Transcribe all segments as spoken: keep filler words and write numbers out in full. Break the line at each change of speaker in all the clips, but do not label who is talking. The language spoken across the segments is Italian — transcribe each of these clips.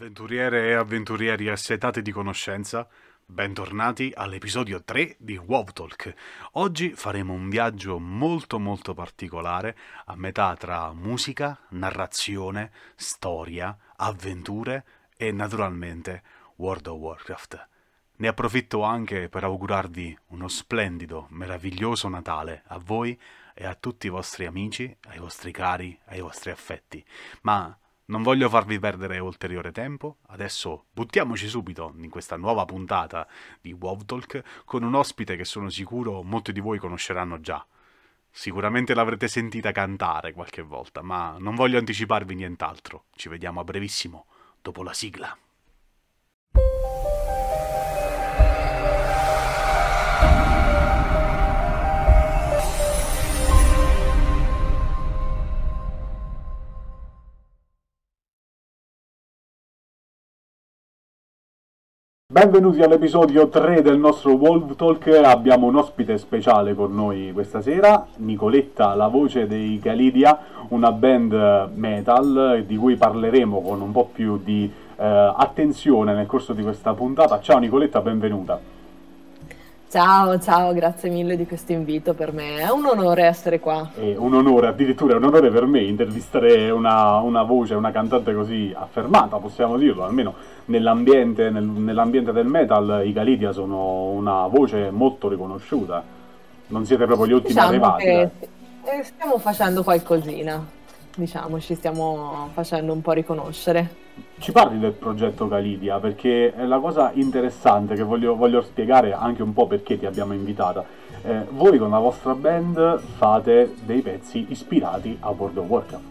Avventuriere e avventurieri assetati di conoscenza, bentornati all'episodio tre di WoW Talk. Oggi faremo un viaggio molto molto particolare, a metà tra musica, narrazione, storia, avventure e naturalmente World of Warcraft. Ne approfitto anche per augurarvi uno splendido, meraviglioso Natale a voi e a tutti i vostri amici, ai vostri cari, ai vostri affetti. Ma non voglio farvi perdere ulteriore tempo, adesso buttiamoci subito in questa nuova puntata di WoW Talk con un ospite che sono sicuro molti di voi conosceranno già. Sicuramente l'avrete sentita cantare qualche volta, ma non voglio anticiparvi nient'altro. Ci vediamo a brevissimo, dopo la sigla. Benvenuti all'episodio tre del nostro WoW Talk. Abbiamo un ospite speciale con noi questa sera, Nicoletta, la voce dei Galidia, una band metal di cui parleremo con un po' più di eh, attenzione nel corso di questa puntata. Ciao Nicoletta, benvenuta.
Ciao, ciao, grazie mille di questo invito, per me è un onore essere qua.
È un onore, addirittura è un onore per me intervistare una, una voce, una cantante così affermata, possiamo dirlo, almeno nell'ambiente, nel, nell'ambiente del metal i Galidia sono una voce molto riconosciuta. Non siete proprio gli ultimi
Diciamo
arrivati.
che
dai.
eh, stiamo facendo qualcosina, diciamo, ci stiamo facendo un po' riconoscere.
Ci parli del progetto Galidia, perché è la cosa interessante che voglio, voglio spiegare anche un po' perché ti abbiamo invitata. Eh, voi con la vostra band fate dei pezzi ispirati a World of Warcraft.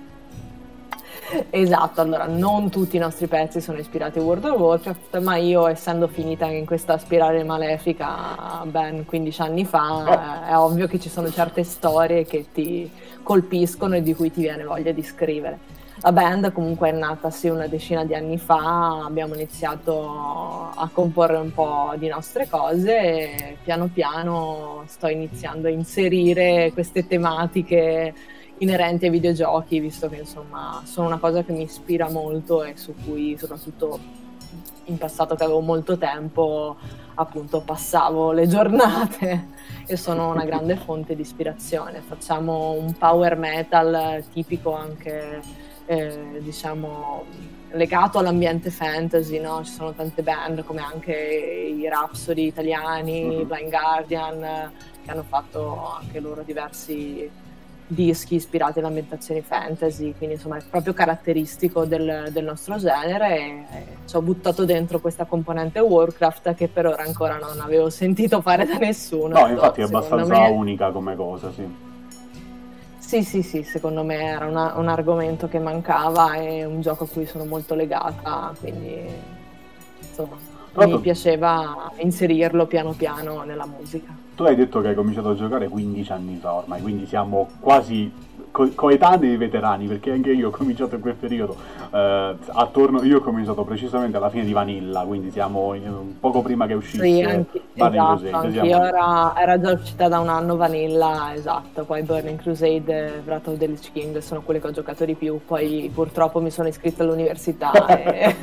Esatto, allora non tutti i nostri pezzi sono ispirati a World of Warcraft, ma io, essendo finita in questa spirale malefica ben quindici anni fa, è ovvio che ci sono certe storie che ti colpiscono e di cui ti viene voglia di scrivere. La band comunque è nata sì una decina di anni fa, abbiamo iniziato a comporre un po' di nostre cose e piano piano sto iniziando a inserire queste tematiche inerenti ai videogiochi, visto che insomma sono una cosa che mi ispira molto e su cui soprattutto in passato, che avevo molto tempo, appunto passavo le giornate e sono una grande fonte di ispirazione. Facciamo un power metal tipico anche eh, diciamo legato all'ambiente fantasy, no? Ci sono tante band come anche i Rhapsody italiani, mm-hmm. Blind Guardian, che hanno fatto anche loro diversi dischi ispirati alle ambientazioni fantasy, quindi insomma è proprio caratteristico del, del nostro genere e, e ci ho buttato dentro questa componente Warcraft che per ora ancora non avevo sentito fare da nessuno.
No, infatti è abbastanza
me...
unica come cosa, sì.
Sì, sì, sì, secondo me era una, un argomento che mancava e un gioco a cui sono molto legata, quindi insomma Proprio... mi piaceva inserirlo piano piano nella musica.
Tu hai detto che hai cominciato a giocare quindici anni fa ormai, quindi siamo quasi co- coetanei veterani, perché anche io ho cominciato in quel periodo, eh, attorno, io ho cominciato precisamente alla fine di Vanilla, quindi siamo in, poco prima che uscisse
sì, anche,
Burning
esatto,
Crusade.
Anche
siamo...
io era, era già uscita da un anno Vanilla, esatto, poi Burning Crusade e Wrath of the Lich King sono quelle che ho giocato di più, poi purtroppo mi sono iscritta all'università e...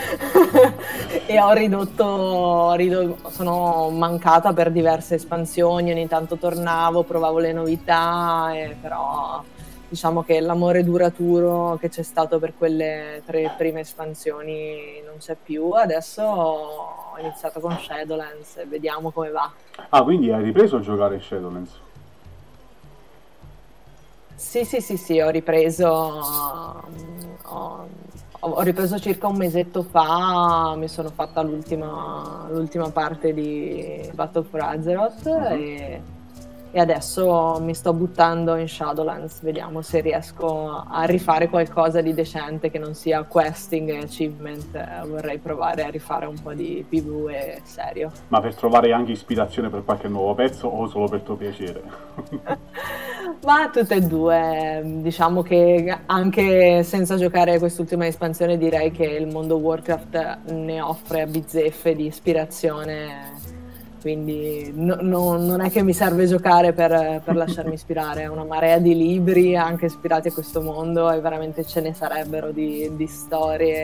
e ho ridotto, ho ridotto, sono mancata per diverse espansioni, ogni tanto tornavo, provavo le novità, e però diciamo che l'amore duraturo che c'è stato per quelle tre prime espansioni non c'è più. Adesso ho iniziato con Shadowlands e vediamo come va.
Ah, quindi hai ripreso a giocare Shadowlands?
Sì, sì, sì, sì, ho ripreso... Ho, ho ripreso circa un mesetto fa, mi sono fatta l'ultima, l'ultima parte di Battle for Azeroth uh-huh. e, e adesso mi sto buttando in Shadowlands, vediamo se riesco a rifare qualcosa di decente che non sia questing e achievement. Vorrei provare a rifare un po' di PvE serio.
Ma per trovare anche ispirazione per qualche nuovo pezzo o solo per tuo piacere?
Ma tutte e due, diciamo che anche senza giocare quest'ultima espansione direi che il mondo Warcraft ne offre a bizzeffe di ispirazione, quindi no, no, non è che mi serve giocare per, per lasciarmi ispirare, è una marea di libri anche ispirati a questo mondo e veramente ce ne sarebbero di, di storie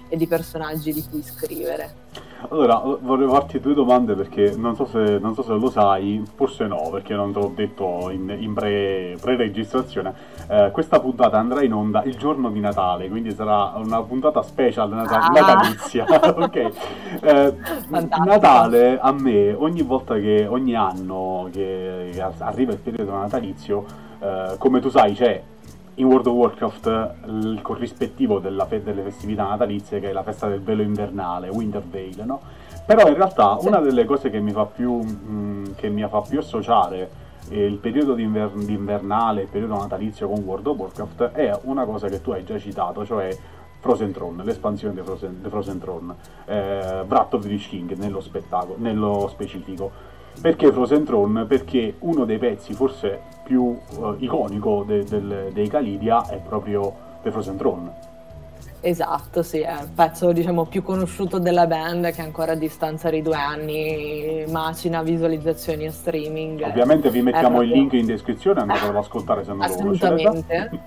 e di personaggi di cui scrivere.
Allora, vorrei farti due domande perché non so se, non so se lo sai, forse no, perché non te l'ho detto in, in pre, pre-registrazione. Eh, questa puntata andrà in onda il giorno di Natale, quindi sarà una puntata special nata-
Ah,
natalizia. Ok. Eh,
fantastico.
Natale a me, ogni volta che, ogni anno che arriva il periodo natalizio, eh, come tu sai, c'è in World of Warcraft il corrispettivo della fe- delle festività natalizie, che è la festa del velo invernale, Winterveil, no? Però in realtà
Sì.
una delle cose che mi fa più, mh, che mi fa più associare eh, il periodo d'inver- d'invernale, il periodo natalizio con World of Warcraft è una cosa che tu hai già citato, cioè Frozen Throne, l'espansione di Frozen, di Frozen Throne, eh, Wrath of the Lich King nello spettacolo, nello specifico. Perché Frozen Throne? Perché uno dei pezzi forse più uh, iconico de- del- dei Calidia è proprio The Frozen Throne.
Esatto, sì, è il pezzo diciamo più conosciuto della band che ancora a distanza di due anni macina visualizzazioni e streaming.
Ovviamente vi
È
mettiamo il
proprio
link in descrizione, andatelo ad ascoltare se non lo conoscete già.
assolutamente.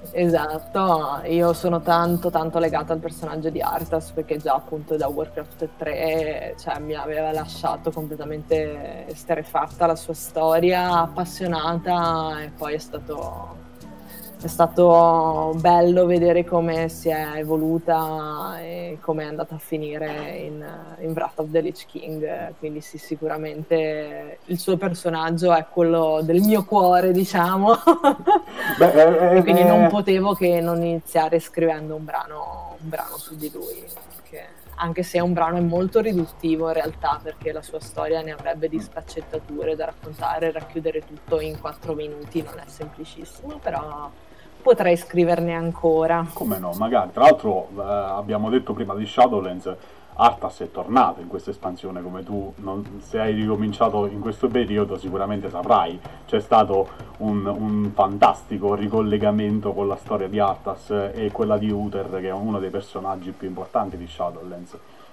Esatto, io sono tanto tanto legata al personaggio di Arthas perché già appunto da Warcraft tre cioè, mi aveva lasciato completamente esterrefatta la sua storia, appassionata e poi è stato, è stato bello vedere come si è evoluta e come è andata a finire in, in Wrath of the Lich King, quindi sì, sicuramente il suo personaggio è quello del mio cuore, diciamo.
Beh, eh,
E
eh,
quindi non
eh,
potevo che non iniziare scrivendo un brano, un brano su di lui, perché anche se è un brano è molto riduttivo in realtà, perché la sua storia ne avrebbe di sfaccettature da raccontare, racchiudere tutto in quattro minuti non è semplicissimo, però potrei scriverne ancora.
come no, magari. Tra l'altro eh, abbiamo detto prima di Shadowlands, Arthas è tornato in questa espansione, come tu non- se hai ricominciato in questo periodo sicuramente saprai. C'è stato un, un fantastico ricollegamento con la storia di Arthas e quella di Uther, che è uno dei personaggi più importanti di Shadowlands.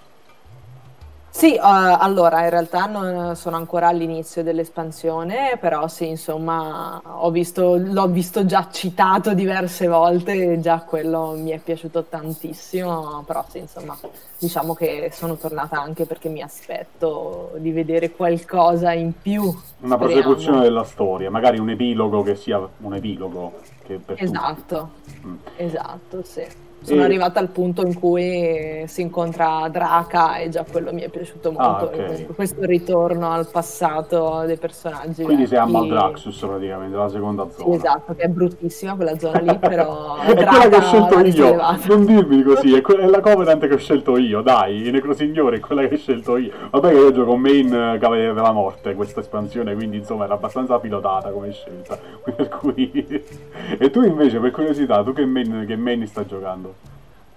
Sì, eh, allora in realtà non sono ancora all'inizio dell'espansione, però sì, insomma, ho visto, l'ho visto già citato diverse volte e già quello mi è piaciuto tantissimo, però sì, insomma, diciamo che sono tornata anche perché mi aspetto di vedere qualcosa in più,
Una prosecuzione
speriamo.
della storia, magari un epilogo che sia un epilogo che per tutti.
Esatto,
Mm.
esatto, sì. Sono
E...
arrivata al punto in cui si incontra Draca e già quello mi è piaciuto
Ah,
molto.
ok.
E comunque questo ritorno al passato dei personaggi
Quindi sei a
vecchi.
Maldraxxus praticamente, la seconda
Sì,
zona.
esatto, che è bruttissima quella zona lì, però
È quella che ho
Draca
scelto
l'ha
io,
risollevata.
non dirmi così, è, que- è la Covenant che ho scelto io, dai, i Necrosignori è quella che ho scelto io. Vabbè che io gioco con main eh, Cavaliere della Morte questa espansione, quindi insomma era abbastanza pilotata come scelta. Per cui... E tu invece, per curiosità, tu che main, che main sta giocando?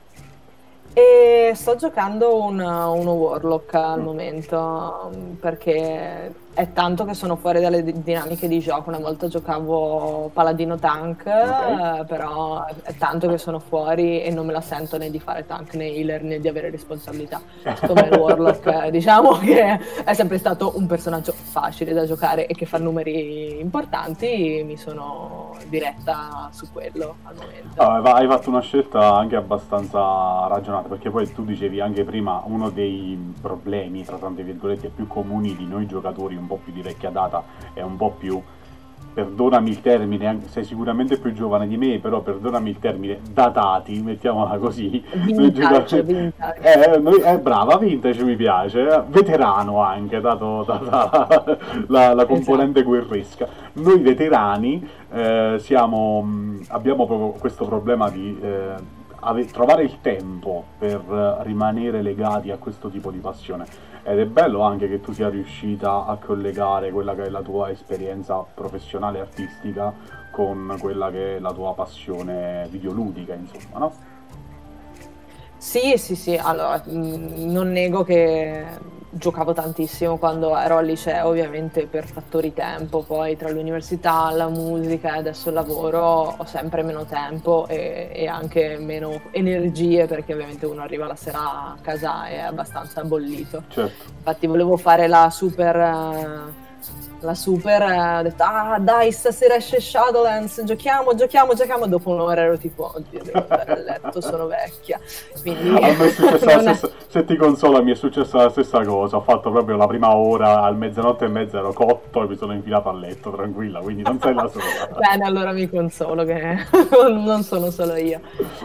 E sto giocando un, uno Warlock al
Mm,
momento mm, perché è tanto che sono fuori dalle di- dinamiche di gioco. Una volta giocavo Paladino Tank,
ok.
eh, però è tanto che sono fuori e non me la sento né di fare tank né healer né di avere responsabilità. Siccome il Warlock, eh, diciamo che è sempre stato un personaggio facile da giocare e che fa numeri importanti, mi sono diretta su quello al momento.
Ah, va- hai fatto una scelta anche abbastanza ragionata, perché poi tu dicevi anche prima uno dei problemi, tra tante virgolette, più comuni di noi giocatori un po' più di vecchia data e un po' più, perdonami il termine, anche- sei sicuramente più giovane di me, però perdonami il termine, datati, mettiamola così. Noi
Vintage,
giocatori...
vintage.
Eh, noi- eh, brava, vintage mi piace, eh, veterano anche, dato data la, la componente
Esatto.
guerresca. Noi veterani eh, siamo, mh, abbiamo proprio questo problema di eh, ave- trovare il tempo per eh, rimanere legati a questo tipo di passione. Ed è bello anche che tu sia riuscita a collegare quella che è la tua esperienza professionale e artistica con quella che è la tua passione videoludica, insomma, no?
Sì, sì, sì, allora, mh, non nego che giocavo tantissimo quando ero al liceo, ovviamente per fattori tempo, poi tra l'università, la musica e adesso il lavoro ho sempre meno tempo e, e anche meno energie perché ovviamente uno arriva la sera a casa e è abbastanza bollito.
Certo.
Infatti volevo fare la super, eh, la Super ha detto ah dai stasera esce Shadowlands, giochiamo, giochiamo, giochiamo, dopo un'ora ero tipo oddio devo andare a letto, sono vecchia, quindi
a me è successa la
non è-
stessa, se ti consola mi è successa la stessa cosa, ho fatto proprio la prima ora, al mezzanotte e mezza ero cotto e mi sono infilato a letto, tranquilla, quindi non sei la sola.
Bene, allora mi consolo che non sono solo io.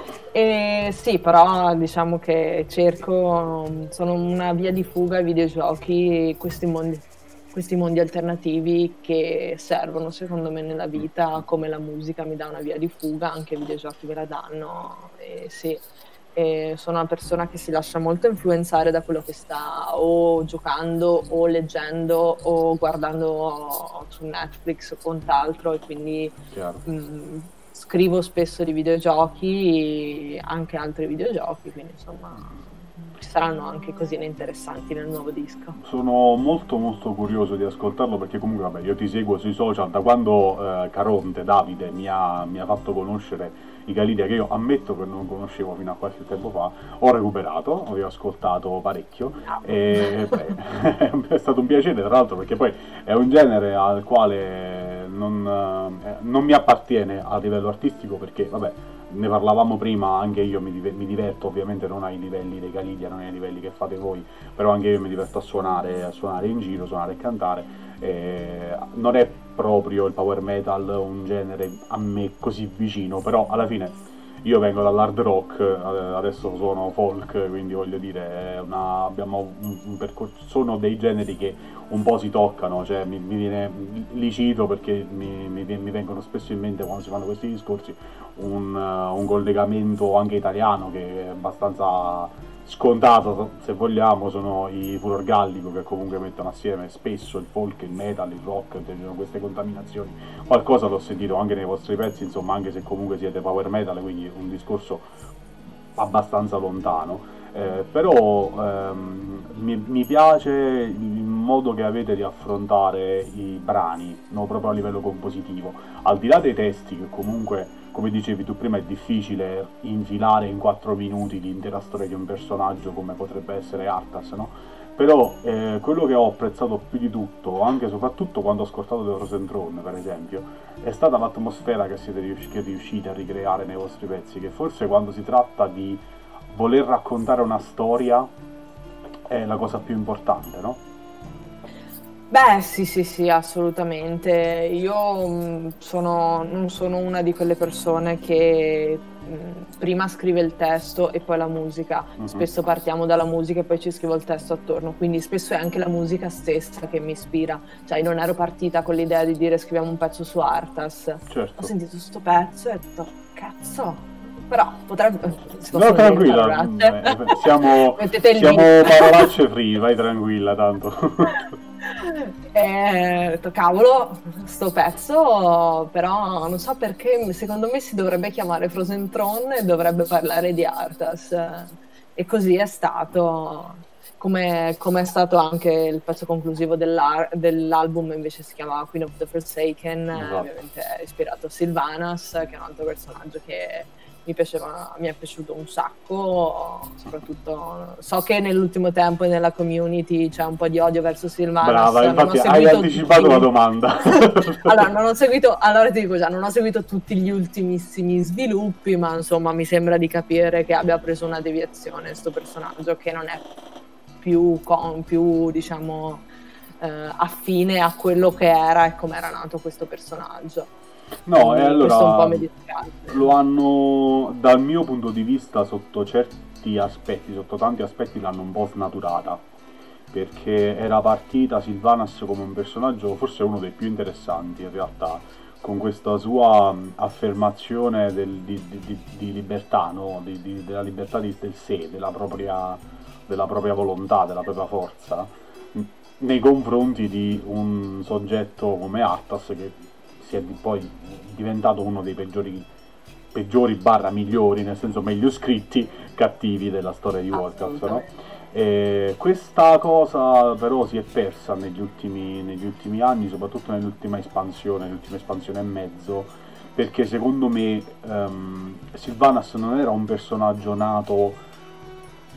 E sì, però diciamo che cerco, sono una via di fuga ai videogiochi, questi mondi, questi mondi alternativi che servono secondo me nella vita, come la musica mi dà una via di fuga, anche i videogiochi me la danno. E sì, e sono una persona che si lascia molto influenzare da quello che sta o giocando o leggendo o guardando su Netflix o quant'altro, e quindi
Chiaro.
mh, scrivo spesso di videogiochi, anche altri videogiochi, quindi insomma ci saranno anche cosine interessanti nel nuovo disco.
Sono molto molto curioso di ascoltarlo perché comunque vabbè, io ti seguo sui social da quando eh, Caronte, Davide, mi ha, mi ha fatto conoscere i Galidia, che io ammetto che non conoscevo fino a qualche tempo fa, ho recuperato, ho ascoltato parecchio e beh, è stato un piacere tra l'altro perché poi è un genere al quale non, eh, non mi appartiene a livello artistico perché vabbè, ne parlavamo prima, anche io mi, diver- mi diverto ovviamente non ai livelli dei Galidia, non ai livelli che fate voi, però anche io mi diverto a suonare, a suonare in giro, suonare e cantare. Eh, non è proprio il power metal un genere a me così vicino, però alla fine io vengo dall'hard rock, eh, adesso suono folk, quindi voglio dire, è una, abbiamo un, un percorso, sono dei generi che un po' si toccano, cioè mi, mi viene, li cito perché mi, mi, mi vengono spesso in mente quando si fanno questi discorsi un, uh, un collegamento anche italiano che è abbastanza scontato se vogliamo, sono i Furor Gallico che comunque mettono assieme spesso il folk, il metal, il rock, queste contaminazioni. Qualcosa l'ho sentito anche nei vostri pezzi, insomma, anche se comunque siete power metal, quindi un discorso abbastanza lontano. Eh, però ehm, mi, mi piace il modo che avete di affrontare i brani, no? Proprio a livello compositivo, al di là dei testi che comunque, come dicevi tu prima, è difficile infilare in quattro minuti l'intera storia di un personaggio come potrebbe essere Arthas, no? Però eh, quello che ho apprezzato più di tutto, anche e soprattutto quando ho ascoltato The Frozen Throne per esempio, è stata l'atmosfera che siete rius- che riusciti a ricreare nei vostri pezzi, che forse quando si tratta di voler raccontare una storia è la cosa più importante, no?
Beh, sì, sì, sì, assolutamente. Io mh, sono, non sono una di quelle persone che mh, prima scrive il testo e poi la musica.
Mhm.
Spesso partiamo dalla musica e poi ci scrivo il testo attorno, quindi spesso è anche la musica stessa che mi ispira. Cioè, non ero partita con l'idea di dire scriviamo un pezzo su Arthas.
Certo.
Ho sentito sto pezzo e ho detto, cazzo, però potrebbe... si
No,
possono dire
tranquilla,
parolacce?
eh, siamo,
Mettete il
siamo
beep.
parolacce free, vai tranquilla tanto.
E ho detto, cavolo, sto pezzo, però non so perché, secondo me si dovrebbe chiamare Frozen Throne e dovrebbe parlare di Arthas. E così è stato, come, come è stato anche il pezzo conclusivo dell'ar- dell'album, invece si chiamava Queen of the Forsaken,
Esatto.
ovviamente è ispirato a Sylvanas, che è un altro personaggio che mi piaceva, mi è piaciuto un sacco, soprattutto so che nell'ultimo tempo nella community c'è un po' di odio verso Sylvanas.
Brava,
non
infatti
ho
hai
seguito
anticipato
tutti-
la domanda.
allora, non ho seguito, allora ti dico già, non ho seguito tutti gli ultimissimi sviluppi, ma insomma mi sembra di capire che abbia preso una deviazione sto personaggio, che non è più, con, più diciamo, eh, affine a quello che era e come era nato questo personaggio.
No, e
Quindi questo un po'
allora
mi dispiace.
lo hanno, dal mio punto di vista, sotto certi aspetti, sotto tanti aspetti l'hanno un po' snaturata, perché era partita Sylvanas come un personaggio forse uno dei più interessanti in realtà, con questa sua mh, affermazione del- di, di- di- di libertà, no? Di- di- della libertà di- del sé, della propria, della propria volontà, della propria forza, mh, nei confronti di un soggetto come Arthas che si è di- poi diventato uno dei peggiori, peggiori barra migliori, nel senso meglio scritti, cattivi della storia di Warcraft, no?
Assolutamente.
E questa cosa però si è persa negli ultimi, negli ultimi anni, soprattutto nell'ultima espansione, l'ultima espansione e mezzo, perché secondo me ehm, Sylvanas non era un personaggio nato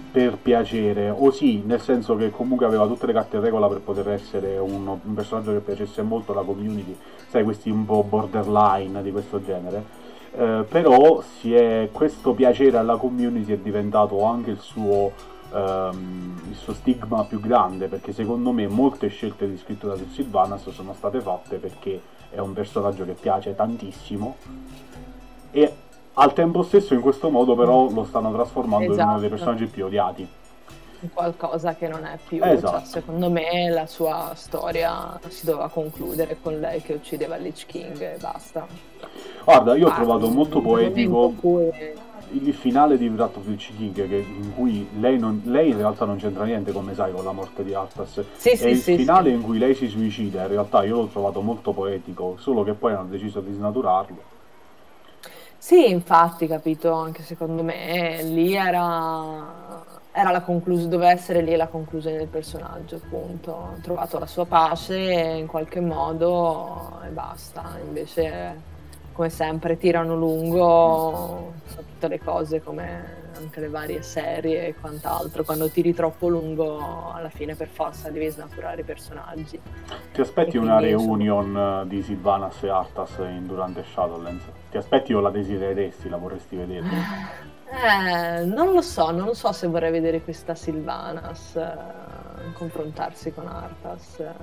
per piacere, o sì, nel senso che comunque aveva tutte le carte in regola per poter essere un, un personaggio che piacesse molto alla community, sai, questi un po' borderline di questo genere, eh, però si è, questo piacere alla community è diventato anche il suo, ehm, il suo stigma più grande, perché secondo me molte scelte di scrittura su Sylvanas sono state fatte perché è un personaggio che piace tantissimo e al tempo stesso in questo modo però lo stanno trasformando esatto. in uno dei personaggi più odiati.
Qualcosa che non è più,
esatto.
cioè, secondo me la sua storia si doveva concludere con lei che uccideva Lich King e basta.
Guarda, io ho ah, trovato molto poetico
cui...
il finale di Wrath of the Lich King, che, in cui lei, non, lei in realtà non c'entra niente, come sai, con la morte di Arthas,
sì,
e
sì,
il
sì,
finale
sì.
in cui lei si suicida, in realtà io l'ho trovato molto poetico, solo che poi hanno deciso di snaturarlo.
Sì, infatti, capito, anche secondo me lì era, era la conclusione, doveva essere lì la conclusione del personaggio, appunto. Ha trovato la sua pace in qualche modo e basta. Invece, come sempre, tirano lungo tutte le cose, come anche le varie serie e quant'altro. Quando tiri troppo lungo, alla fine per forza devi snaturare i personaggi.
Ti aspetti e una reunion insomma... di Sylvanas e Arthas in, durante Shadowlands? Ti aspetti o la desidereresti, la vorresti vedere?
Eh, non lo so, non so se vorrei vedere questa Sylvanas eh, confrontarsi con Arthas. Eh.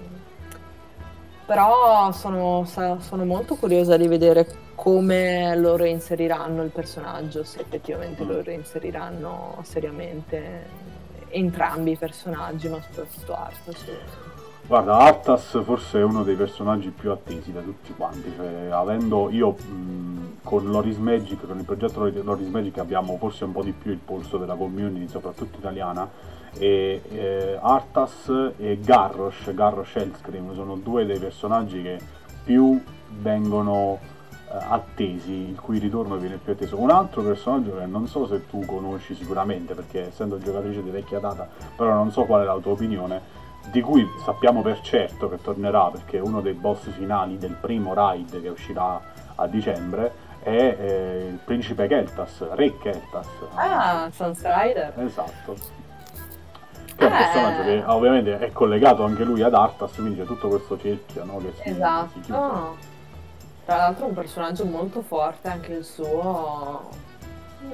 Però sono, sono molto curiosa di vedere come loro inseriranno il personaggio, se effettivamente mm. lo reinseriranno seriamente entrambi i personaggi, ma soprattutto Arthas.
Guarda, Arthas forse è uno dei personaggi più attesi da tutti quanti, cioè, avendo io mh, con Loris Magic, con il progetto Loris Magic abbiamo forse un po' di più il polso della community, soprattutto italiana, e eh, Arthas e Garrosh, Garrosh Hellscream sono due dei personaggi che più vengono eh, attesi, il cui ritorno viene più atteso. Un altro personaggio che non so se tu conosci sicuramente, perché essendo giocatrice di vecchia data, però non so qual è la tua opinione, di cui sappiamo per certo che tornerà perché è uno dei boss finali del primo raid che uscirà a dicembre, è eh, il principe Keltas, re Keltas.
Ah, Sunstrider.
Esatto. Che è un eh. personaggio che ovviamente è collegato anche lui ad Arthas, quindi c'è tutto questo cerchio, no, che si,
esatto.
si chiude.
Oh. Tra l'altro un personaggio molto forte anche il suo. Mm.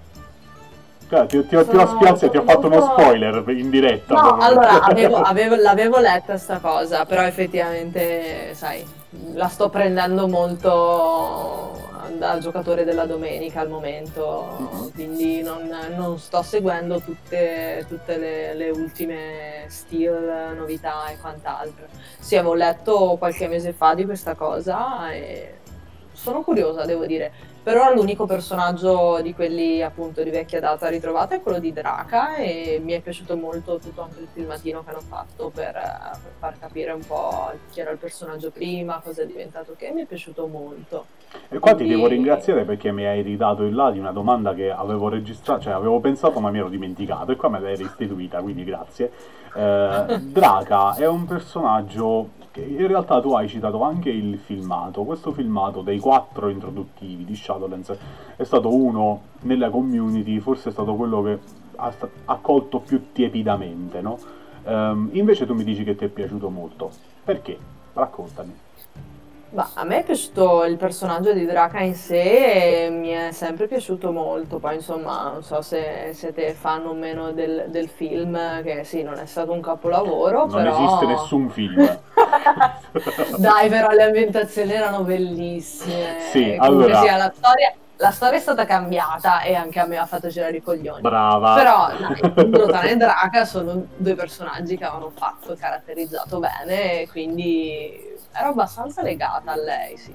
Ti, ti, ti, ti ho spiazzato e ti ho fatto uno spoiler in diretta.
No, allora, avevo, avevo, l'avevo letta sta cosa, però effettivamente, sai, la sto prendendo molto da giocatore della domenica al momento, mm-hmm. quindi non, non sto seguendo tutte, tutte le, le ultime steal, novità e quant'altro. Sì, avevo letto qualche mese fa di questa cosa e sono curiosa, devo dire. Però l'unico personaggio di quelli appunto di vecchia data ritrovata è quello di Draka e mi è piaciuto molto tutto anche il filmatino che hanno fatto per, per far capire un po' chi era il personaggio prima, cosa è diventato che mi è piaciuto molto.
E qua Quindi... ti devo ringraziare perché mi hai ridato in là di una domanda che avevo registrato, cioè avevo pensato ma mi ero dimenticato e qua me l'hai restituita, quindi grazie. Eh, Draka è un personaggio che in realtà tu hai citato anche il filmato. Questo filmato dei quattro introduttivi di Shadowlands è stato uno nella community, forse è stato quello che ha accolto più tiepidamente, no? Um, invece tu mi dici che ti è piaciuto molto. Perché? Raccontami.
Ma a me è piaciuto il personaggio di Draka in sé e mi è sempre piaciuto molto. Poi insomma non so se siete fan o meno del, del film, che sì, non è stato un capolavoro,
non
però...
esiste nessun film.
Dai, però le ambientazioni erano bellissime.
Sì, allora...
sia, la storia... La storia è stata cambiata e anche a me ha fatto girare i coglioni.
Brava!
Però Brotan e Draka sono due personaggi che avevano fatto e caratterizzato bene, e quindi ero abbastanza legata a lei, sì.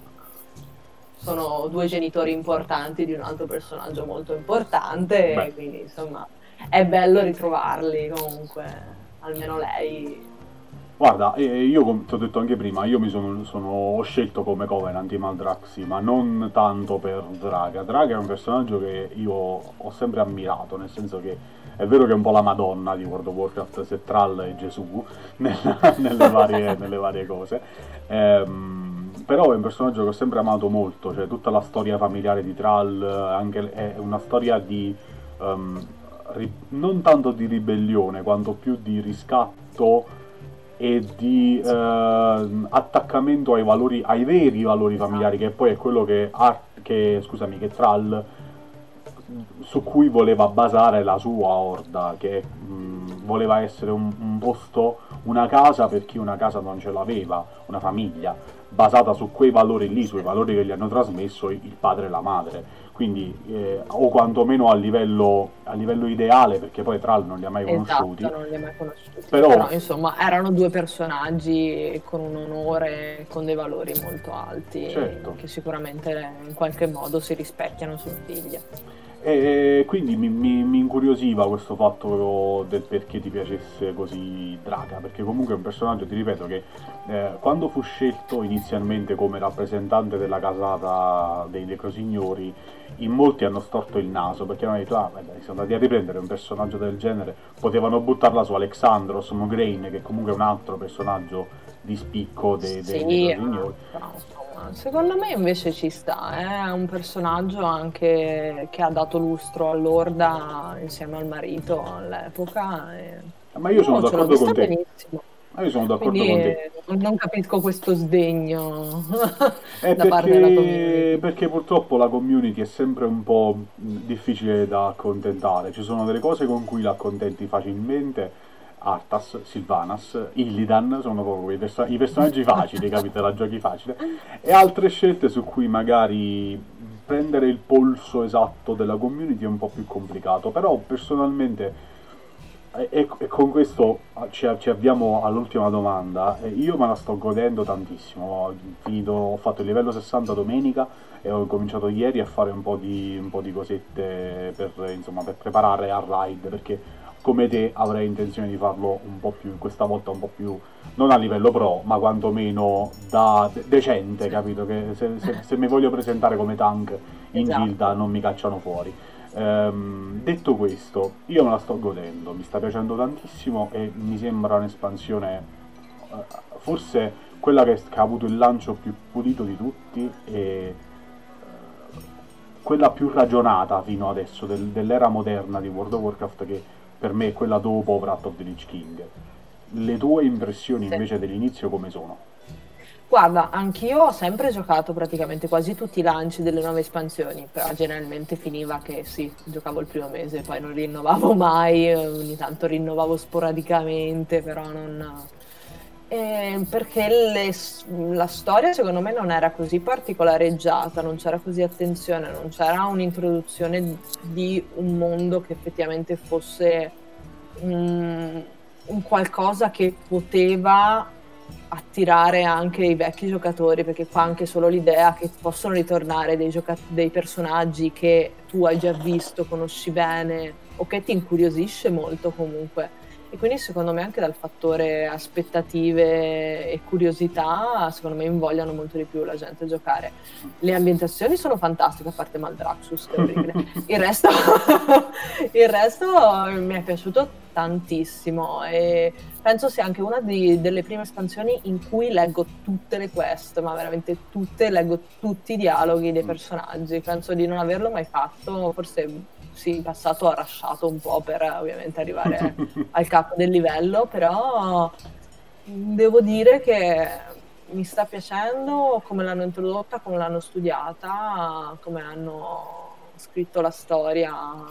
Sono due genitori importanti di un altro personaggio molto importante, Beh. e quindi insomma è bello ritrovarli comunque, almeno lei...
Guarda, io come ti ho detto anche prima, io mi sono, sono ho scelto come Covenant i Maldraxi, ma non tanto per Draka. Draka è un personaggio che io ho sempre ammirato, nel senso che è vero che è un po' la Madonna di World of Warcraft, se Thrall è Gesù nella, nelle, varie, nelle varie cose, ehm, però è un personaggio che ho sempre amato molto, cioè tutta la storia familiare di Thrall, anche, è una storia di... Um, ri- non tanto di ribellione quanto più di riscatto e di eh, attaccamento ai valori, ai veri valori familiari, che poi è quello che, Ar- che scusami, che Thrall, su cui voleva basare la sua orda, che mh, voleva essere un, un posto, una casa per chi una casa non ce l'aveva, una famiglia, basata su quei valori lì, sui valori che gli hanno trasmesso il padre e la madre. Quindi, eh, o quantomeno a livello, a livello ideale, perché poi Thrall non li ha mai conosciuti.
Esatto, non li hai mai conosciuti.
Però,
Però insomma erano due personaggi con un onore, con dei valori molto alti,
certo,
che sicuramente in qualche modo si rispecchiano su figlia.
e quindi mi, mi, mi incuriosiva questo fatto del perché ti piacesse così Draga, perché comunque è un personaggio, ti ripeto, che eh, quando fu scelto inizialmente come rappresentante della casata dei Necrosignori, in molti hanno storto il naso, perché hanno detto, ah, beh, sono andati a riprendere un personaggio del genere, potevano buttarla su Alexandros Mograine, che comunque è un altro personaggio di spicco dei, dei
Sì,
Necrosignori.
però, insomma, secondo me invece ci sta, eh? È un personaggio anche che ha dato lustro all'Orda insieme al marito all'epoca. E...
Ma io sono
Io ce l'ho
d'accordo
vista
con te.
benissimo,
Ma io sono d'accordo
quindi
con te.
eh, non capisco questo sdegno
È
da parte della
perché,
community.
perché purtroppo la community è sempre un po' difficile da accontentare. Ci sono delle cose con cui la accontenti facilmente. Arthas, Sylvanas, Illidan sono proprio i, perso- i personaggi facili, capite? La giochi facile. E altre scelte su cui magari prendere il polso esatto della community è un po' più complicato. Però personalmente, e, e- e con questo ci, ci avviamo all'ultima domanda. Eh, Io me la sto godendo tantissimo. Ho finito, ho fatto il livello sessanta domenica e ho cominciato ieri a fare un po' di, un po' di cosette per, insomma, per preparare al raid, perché come te avrei intenzione di farlo un po' più, questa volta un po' più, non a livello pro, ma quantomeno da de- decente,
Sì.
capito? Che se, se- se mi voglio presentare come tank in guilda
Esatto.
non mi cacciano fuori. Ehm, detto questo, io me la sto godendo, mi sta piacendo tantissimo e mi sembra un'espansione, eh, forse quella che, che ha avuto il lancio più pulito di tutti e eh, quella più ragionata fino adesso del- dell'era moderna di World of Warcraft, che per me è quella dopo Wrath of the Lich King. Le tue impressioni
Sì.
invece dell'inizio come sono?
Guarda, anch'io ho sempre giocato praticamente quasi tutti i lanci delle nuove espansioni, però generalmente finiva che sì, giocavo il primo mese, poi non rinnovavo mai, eh, ogni tanto rinnovavo sporadicamente, però non... Eh, perché le s- la storia secondo me non era così particolareggiata, non c'era così attenzione, non c'era un'introduzione di un mondo che effettivamente fosse un, un qualcosa che poteva attirare anche i vecchi giocatori, perché fa anche solo l'idea che possono ritornare dei, gioca- dei personaggi che tu hai già visto, conosci bene o che ti incuriosisce molto comunque. E quindi secondo me anche dal fattore aspettative e curiosità, secondo me invogliano molto di più la gente a giocare. Le ambientazioni sono fantastiche, a parte Maldraxxus, che è orribile. Il resto, il resto mi è piaciuto tantissimo e penso sia anche una di- delle prime espansioni in cui leggo tutte le quest, ma veramente tutte, leggo tutti i dialoghi dei personaggi. Penso di non averlo mai fatto, forse sì, in passato ho rasciato un po' per ovviamente arrivare al capo del livello, però devo dire che mi sta piacendo come l'hanno introdotta, come l'hanno studiata, come hanno scritto la storia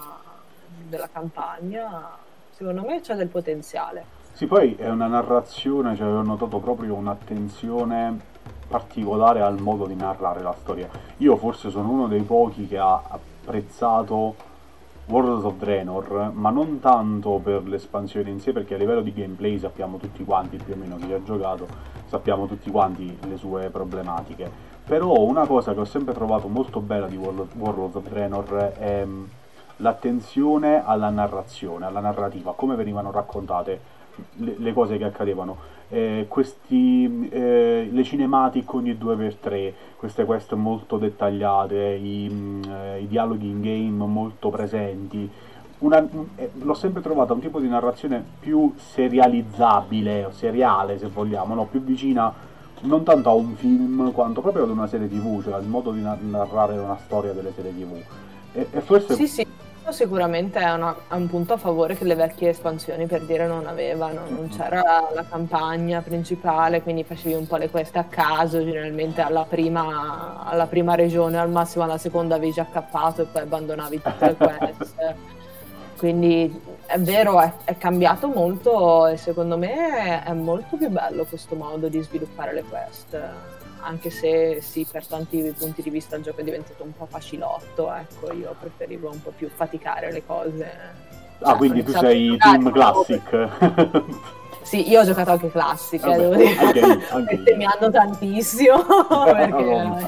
della campagna. Secondo me c'è del potenziale.
Sì, poi è una narrazione, cioè ho notato proprio un'attenzione particolare al modo di narrare la storia. Io forse sono uno dei pochi che ha apprezzato World of Draenor, ma non tanto per l'espansione in sé, perché a livello di gameplay sappiamo tutti quanti, più o meno chi ha giocato, sappiamo tutti quanti le sue problematiche. Però una cosa che ho sempre trovato molto bella di World of, World of Draenor è mh, l'attenzione alla narrazione, alla narrativa, come venivano raccontate le, le cose che accadevano. Eh, questi, eh, le cinematiche ogni due per tre, queste quest molto dettagliate, i, mh, eh, i dialoghi in game molto presenti. Una- un- eh, l'ho sempre trovata un tipo di narrazione più serializzabile, o seriale se vogliamo, no? Più vicina non tanto a un film quanto proprio ad una serie tv, cioè al modo di na- narrare una storia delle serie tv. E, e forse
Sì, sì, questo sicuramente è, una, è un punto a favore che le vecchie espansioni, per dire, non avevano. Non c'era la, la campagna principale, quindi facevi un po' le quest a caso, generalmente alla prima, alla prima regione, al massimo alla seconda avevi già accappato e poi abbandonavi tutte le quest. Quindi è vero, è, è cambiato molto e secondo me è molto più bello questo modo di sviluppare le quest. Anche se sì, per tanti punti di vista il gioco è diventato un po' facilotto, ecco, io preferivo un po' più faticare le cose.
Ah,
Cioè,
quindi tu sei Team Classic.
Sì, io ho giocato anche Classic,
Vabbè,
eh, devo dire.
anche io, anche io.
Mi hanno tantissimo, perché...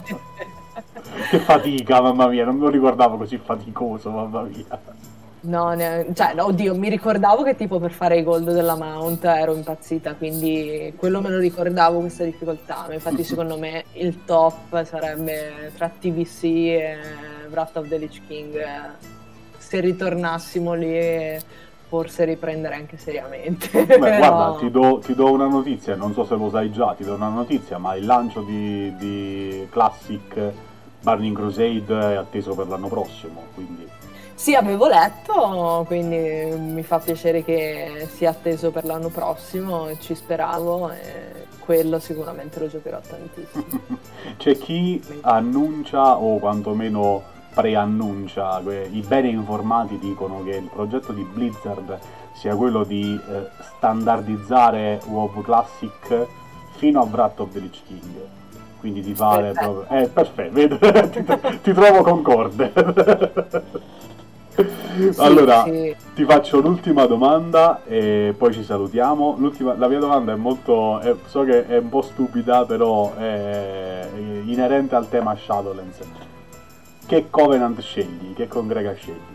Che fatica, mamma mia, non me lo ricordavo così faticoso, mamma mia.
No, ne... cioè, no, oddio, mi ricordavo che tipo per fare i gold della Mount ero impazzita, quindi quello me lo ricordavo, questa difficoltà. Ma infatti secondo me il top sarebbe tra T V C e Wrath of the Lich King. Se ritornassimo lì forse riprenderei anche seriamente.
Beh,
Però...
guarda, ti do, ti do una notizia, non so se lo sai già, ti do una notizia, ma il lancio di, di Classic Burning Crusade è atteso per l'anno prossimo, quindi...
Sì, avevo letto, quindi mi fa piacere che sia atteso per l'anno prossimo, ci speravo e quello sicuramente lo giocherò tantissimo.
C'è chi annuncia o quantomeno preannuncia, i bene informati dicono che il progetto di Blizzard sia quello di eh, standardizzare WoW Classic fino a Wrath of the Lich King, quindi di fare
Perfetto.
proprio... Eh, perfetto, vedo, ti, ti trovo concorde. Allora, sì, sì. Ti faccio l'ultima domanda e poi ci salutiamo. L'ultima, la mia domanda è molto, è, so che è un po' stupida, però è inerente al tema Shadowlands. Che Covenant scegli? Che congrega scegli?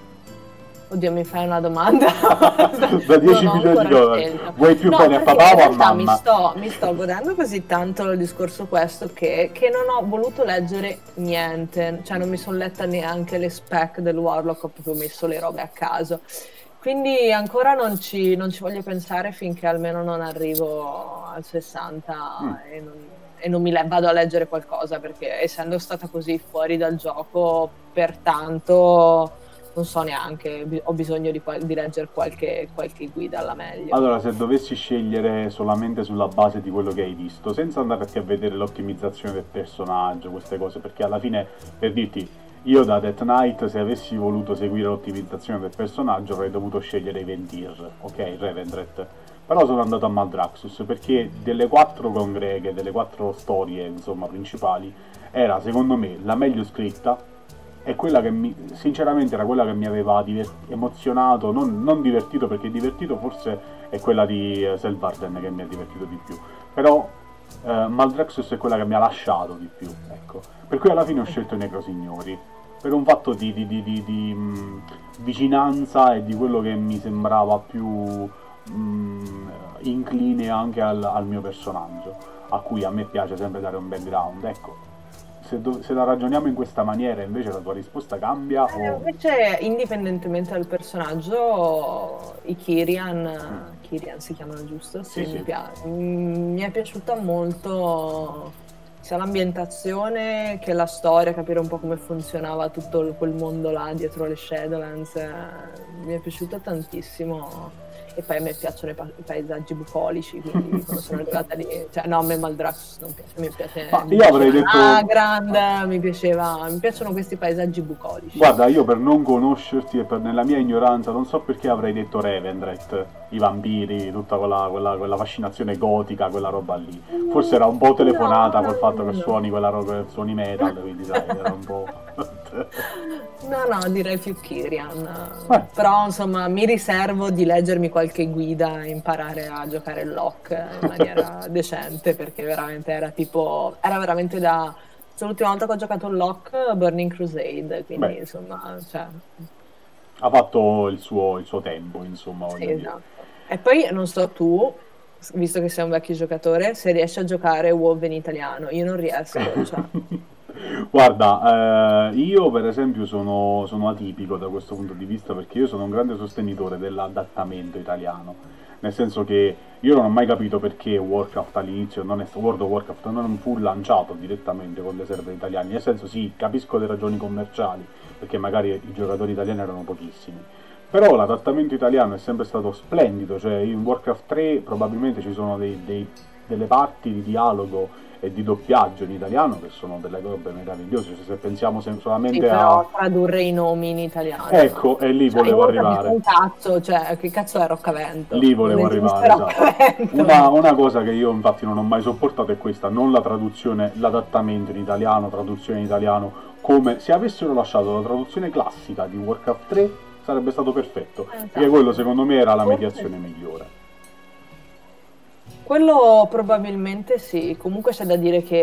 Oddio, mi fai una domanda?
Da dieci milioni di Covenant. Vuoi più
no,
bene a papà o a mamma?
Mi sto, mi sto godendo così tanto il discorso questo che, che non ho voluto leggere niente, cioè non mi sono letta neanche le spec del Warlock, ho proprio messo le robe a caso. Quindi ancora non ci, non ci voglio pensare finché almeno non arrivo al sessanta mm. e non... e non mi le- vado a leggere qualcosa, perché essendo stata così fuori dal gioco per tanto non so neanche, bi- ho bisogno di, di leggere qualche, qualche guida alla meglio.
Allora, se dovessi scegliere solamente sulla base di quello che hai visto, senza andare a vedere l'ottimizzazione del personaggio, queste cose, perché alla fine, per dirti, io da Death Knight, se avessi voluto seguire l'ottimizzazione del personaggio, avrei dovuto scegliere i Ventir, ok, Revendreth. Però sono andato a Maldraxxus perché delle quattro congreghe, delle quattro storie, insomma, principali, era secondo me la meglio scritta e quella che mi, sinceramente era quella che mi aveva divert- emozionato, non, non divertito, perché divertito forse è quella di uh, Selvarden che mi ha divertito di più, però uh, Maldraxxus è quella che mi ha lasciato di più, ecco. Per cui alla fine ho scelto i Necrosignori, per un fatto di, di, di, di, di mh, vicinanza e di quello che mi sembrava più... Mm, incline anche al, al mio personaggio, a cui a me piace sempre dare un background. Ecco, se, do, se la ragioniamo in questa maniera, invece la tua risposta cambia?
Eh,
o...
Invece, indipendentemente dal personaggio, i Kyrian, mm. Kyrian si chiamano, giusto? Sì, sì, mi, sì. Mm, mi è piaciuta molto sia l'ambientazione che la storia, capire un po' come funzionava tutto quel mondo là dietro le Shadowlands. Eh, mi è piaciuta tantissimo. E poi a me piacciono i, pa- i paesaggi bucolici, quindi quando sono arrivata lì, cioè no, a me Maldraxxus non piace, mi piace,
Ma
mi
io avrei detto...
ah, grande, mi piaceva, mi piacciono questi paesaggi bucolici.
Guarda, io per non conoscerti e per nella mia ignoranza non so perché avrei detto Revendreth, i vampiri, tutta quella, quella, quella fascinazione gotica, quella roba lì. Forse era un po' telefonata no, col no, fatto no. che suoni quella roba, suoni metal, quindi sai, era un po'...
No, no, direi più Kyrian. Eh. Però, insomma, mi riservo di leggermi qualche guida e imparare a giocare il lock in maniera decente, perché veramente era tipo... Era veramente da... L'ultima volta che ho giocato il lock, Burning Crusade, quindi, Beh. insomma, cioè...
Ha fatto il suo, il suo tempo, insomma, voglio
sì,
dire.
Esatto. E poi, non so tu, visto che sei un vecchio giocatore, se riesci a giocare WoW in italiano. Io non riesco, cioè...
Guarda, eh, io per esempio sono, sono atipico da questo punto di vista, perché io sono un grande sostenitore dell'adattamento italiano, nel senso che io non ho mai capito perché Warcraft all'inizio, non è, World of Warcraft non fu lanciato direttamente con le server italiani, nel senso sì, capisco le ragioni commerciali, perché magari i giocatori italiani erano pochissimi, però l'adattamento italiano è sempre stato splendido, cioè in Warcraft tre probabilmente ci sono dei, dei, delle parti di dialogo e di doppiaggio in italiano che sono delle robe meravigliose, cioè, se pensiamo solamente
sì, però
a...
tradurre i nomi in italiano.
Ecco, e lì
cioè,
volevo
io
arrivare.
Un cazzo, cioè, che cazzo è Roccavento?
Lì volevo
Non esiste
arrivare, esatto. Una,
Roccavento.
una cosa che io infatti non ho mai sopportato è questa, non la traduzione, l'adattamento in italiano, traduzione in italiano, come se avessero lasciato la traduzione classica di Warcraft tre sarebbe stato perfetto,
Esatto.
perché quello secondo me era la mediazione migliore.
Quello probabilmente sì, comunque c'è da dire che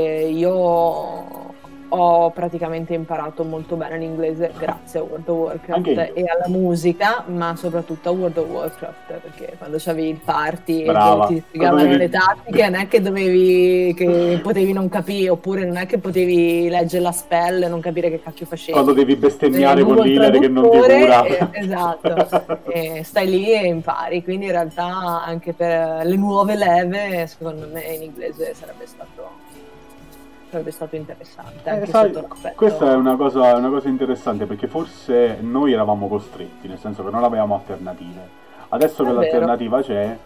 io ho praticamente imparato molto bene l'inglese grazie a World of Warcraft e alla musica, ma soprattutto a World of Warcraft, perché quando c'avevi il party
Brava.
e ti spiegavano
Dovevi...
le tattiche, non è che dovevi che potevi non capire, oppure non è che potevi leggere la spell e non capire che cacchio facevi.
Quando devi bestemmiare con l'healer che non ti cura.
E, esatto, e stai lì e impari, quindi in realtà anche per le nuove leve, secondo me in inglese sarebbe stato... sarebbe stato interessante anche
eh, sai,
sotto l'aspetto.
Questa è una cosa, una cosa interessante, perché forse noi eravamo costretti, nel senso che non avevamo alternative. Adesso che l'alternativa c'è,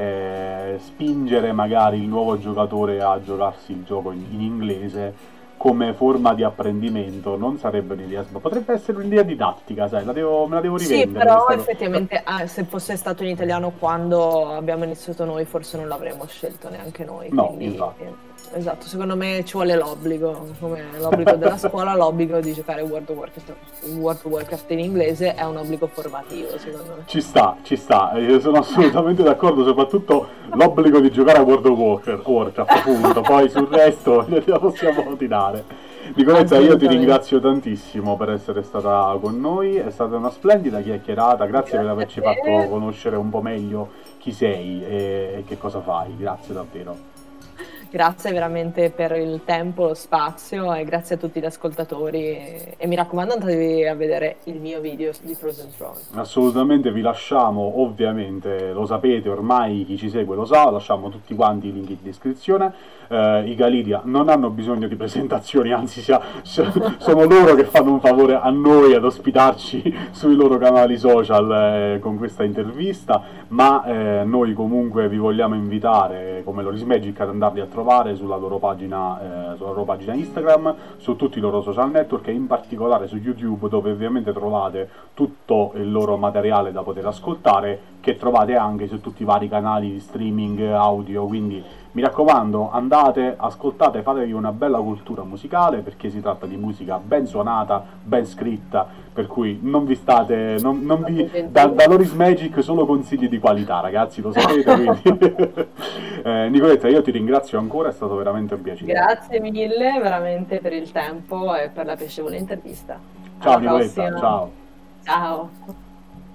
eh, spingere magari il nuovo giocatore a giocarsi il gioco in, in inglese come forma di apprendimento non sarebbe un'idea, potrebbe essere un'idea didattica, sai, la devo, me la devo rivendere.
Sì, però
questa...
effettivamente ah, se fosse stato in italiano quando abbiamo iniziato noi forse non l'avremmo scelto neanche noi.
No,
quindi,
infatti.
Esatto, secondo me ci vuole l'obbligo, come l'obbligo della scuola, l'obbligo di giocare World of Warcraft, World of Warcraft in inglese è un obbligo formativo, secondo me.
Ci sta, ci sta, io sono assolutamente d'accordo, soprattutto l'obbligo di giocare a World of Warcraft, Warcraft appunto, poi sul resto la possiamo tirare. Nicoletta, io ti ringrazio tantissimo per essere stata con noi, è stata una splendida chiacchierata, grazie, grazie per averci fatto conoscere un po' meglio chi sei e, e che cosa fai, grazie davvero.
Grazie veramente per il tempo, lo spazio e grazie a tutti gli ascoltatori e, e mi raccomando andatevi a vedere il mio video di Frozen Throne.
Assolutamente, vi lasciamo, ovviamente lo sapete ormai, chi ci segue lo sa, lasciamo tutti quanti i link in descrizione. eh, i Galidia non hanno bisogno di presentazioni, anzi sia, sono loro che fanno un favore a noi ad ospitarci sui loro canali social eh, con questa intervista, ma eh, noi comunque vi vogliamo invitare come Loris Magic ad andarli a trovare sulla loro pagina, eh, sulla loro pagina Instagram, su tutti i loro social network e in particolare su YouTube, dove ovviamente trovate tutto il loro materiale da poter ascoltare, che trovate anche su tutti i vari canali di streaming audio, quindi mi raccomando, andate, ascoltate, fatevi una bella cultura musicale, perché si tratta di musica ben suonata, ben scritta, per cui non vi state, non, non vi, da, da Loris Magic solo consigli di qualità, ragazzi, lo sapete, quindi eh, Nicoletta, io ti ringrazio ancora, è stato veramente un piacere.
Grazie mille veramente per il tempo e per la piacevole intervista.
Ciao Nicoletta, ciao.
Ciao.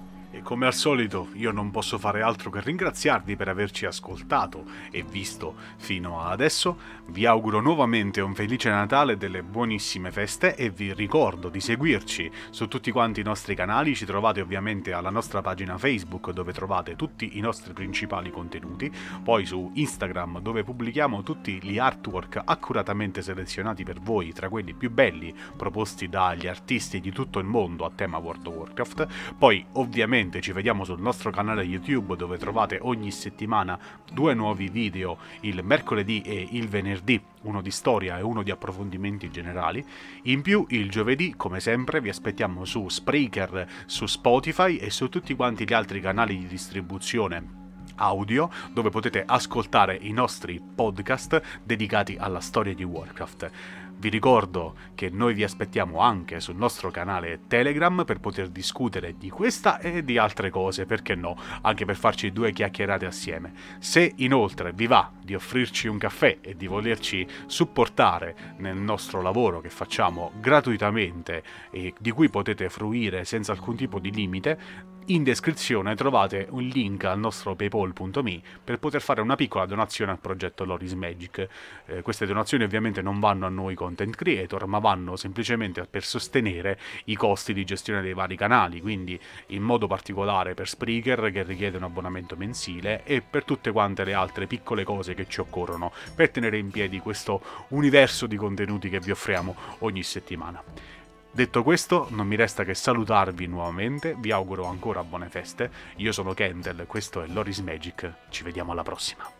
E come al solito io non posso fare altro che ringraziarvi per averci ascoltato e visto fino ad adesso. Vi auguro nuovamente un felice Natale e delle buonissime feste e vi ricordo di seguirci su tutti quanti i nostri canali. Ci trovate ovviamente alla nostra pagina Facebook, dove trovate tutti i nostri principali contenuti, poi su Instagram, dove pubblichiamo tutti gli artwork accuratamente selezionati per voi, tra quelli più belli proposti dagli artisti di tutto il mondo a tema World of Warcraft. Poi ovviamente ci vediamo sul nostro canale YouTube, dove trovate ogni settimana due nuovi video, il mercoledì e il venerdì, uno di storia e uno di approfondimenti generali. In più il giovedì, come sempre, vi aspettiamo su Spreaker, su Spotify e su tutti quanti gli altri canali di distribuzione audio, dove potete ascoltare i nostri podcast dedicati alla storia di Warcraft. Vi ricordo che noi vi aspettiamo anche sul nostro canale Telegram per poter discutere di questa e di altre cose, perché no, anche per farci due chiacchierate assieme. Se inoltre vi va di offrirci un caffè e di volerci supportare nel nostro lavoro che facciamo gratuitamente e di cui potete fruire senza alcun tipo di limite, In descrizione trovate un link al nostro paypal punto me per poter fare una piccola donazione al progetto Loris Magic. Eh, queste donazioni ovviamente non vanno a noi content creator, ma vanno semplicemente per sostenere i costi di gestione dei vari canali, quindi in modo particolare per Spreaker, che richiede un abbonamento mensile, e per tutte quante le altre piccole cose che ci occorrono per tenere in piedi questo universo di contenuti che vi offriamo ogni settimana. Detto questo, non mi resta che salutarvi nuovamente, vi auguro ancora buone feste, io sono Kendall, questo è Loris Magic, ci vediamo alla prossima.